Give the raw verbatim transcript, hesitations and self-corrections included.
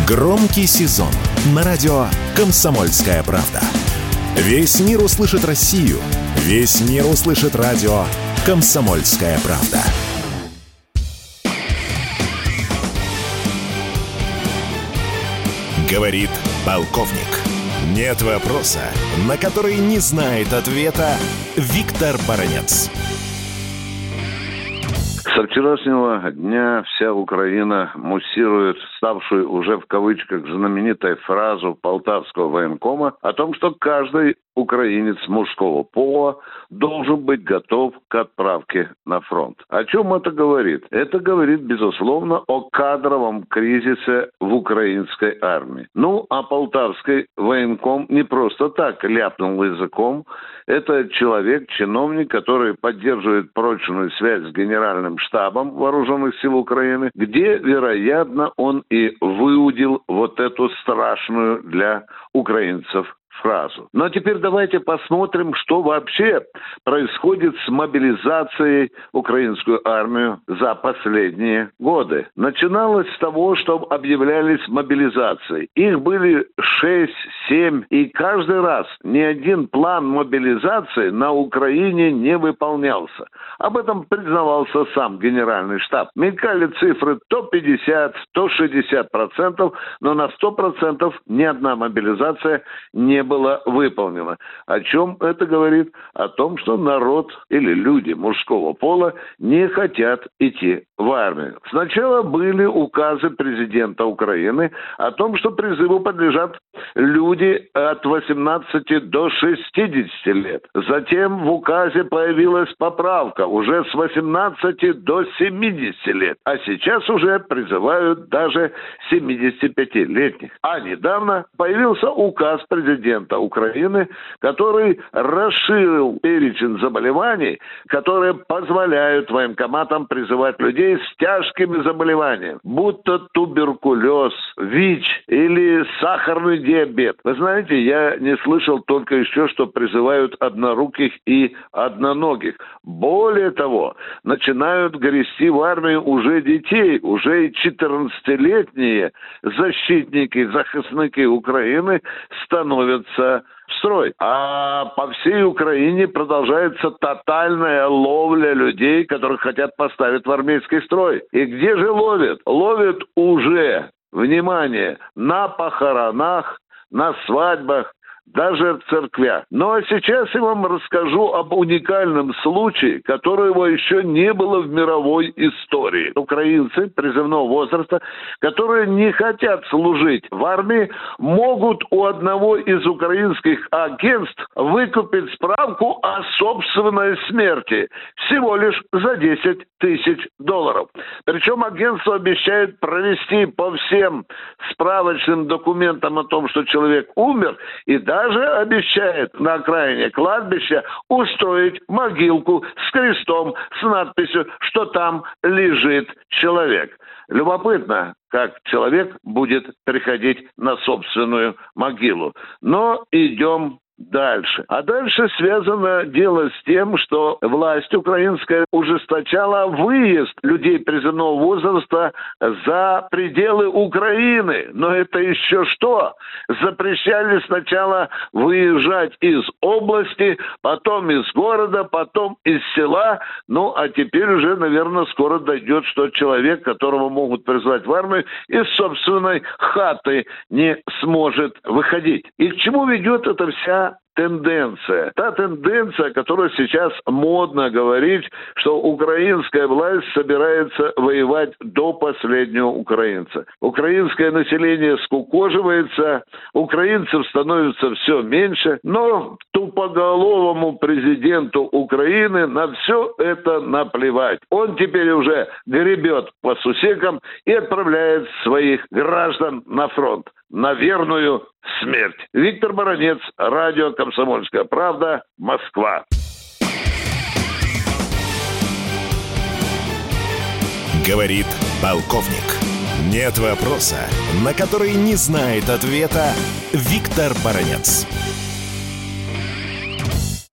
Громкий сезон на радио «Комсомольская правда». Весь мир услышит Россию. Весь мир услышит радио «Комсомольская правда». Говорит полковник. Нет вопроса, на который не знает ответа Виктор Баранец. Со вчерашнего дня вся Украина муссирует ставшую уже в кавычках знаменитой фразу Полтавского военкома о том, что каждый украинец мужского пола должен быть готов к отправке на фронт. О чем это говорит? Это говорит, безусловно, о кадровом кризисе в украинской армии. Ну, а Полтавский военком не просто так ляпнул языком. Это человек, чиновник, который поддерживает прочную связь с Генеральным штабом Вооруженных сил Украины, где, вероятно, он и выудил вот эту страшную для украинцев фразу. Ну а теперь давайте посмотрим, что вообще происходит с мобилизацией украинскую армию за последние годы. Начиналось с того, что объявлялись мобилизации. Их были шесть, семь, и каждый раз ни один план мобилизации на Украине не выполнялся. Об этом признавался сам Генеральный штаб. Мелькали цифры то пятьдесят, то шестьдесят процентов, но на сто процентов ни одна мобилизация не была выполнена. О чем это говорит? О том, что народ или люди мужского пола не хотят идти в армию. Сначала были указы президента Украины о том, что призыву подлежат люди от восемнадцати до шестидесяти лет. Затем в указе появилась поправка уже с восемнадцати до семидесяти лет. А сейчас уже призывают даже семидесятипятилетних. А недавно появился указ президента Украины, который расширил перечень заболеваний, которые позволяют военкоматам призывать людей с тяжкими заболеваниями, будто туберкулез, ВИЧ или сахарный диабет. Вы знаете, я не слышал только еще, что призывают одноруких и одноногих. Более того, начинают грести в армию уже детей, уже и четырнадцатилетние защитники, захисники Украины становятся в строй. А по всей Украине продолжается тотальная ловля людей, которых хотят поставить в армейский строй. И где же ловят? Ловят уже, внимание, на похоронах, на свадьбах, даже в церквях. Ну а сейчас я вам расскажу об уникальном случае, которого еще не было в мировой истории. Украинцы призывного возраста, которые не хотят служить в армии, могут у одного из украинских агентств выкупить справку о собственной смерти всего лишь за десять тысяч долларов. Причем агентство обещает провести по всем справочным документам о том, что человек умер, и даже Даже обещает на окраине кладбища устроить могилку с крестом, с надписью, что там лежит человек. Любопытно, как человек будет приходить на собственную могилу. Но идем дальше. А дальше связано дело с тем, что власть украинская ужесточала выезд людей призывного возраста за пределы Украины. Но это еще что? Запрещали сначала выезжать из области, потом из города, потом из села. Ну, а теперь уже, наверное, скоро дойдет, что человек, которого могут призвать в армию, из собственной хаты не сможет выходить. И к чему ведет эта вся тенденция? Та тенденция, которая сейчас модно говорить, что украинская власть собирается воевать до последнего украинца. Украинское население скукоживается, украинцев становится все меньше, но тупоголовому президенту Украины на все это наплевать. Он теперь уже гребет по сусекам и отправляет своих граждан на фронт, на верную смерть. Виктор Баранец, радио «Комсомольская правда», Москва. Говорит полковник. Нет вопроса, на который не знает ответа Виктор Баранец.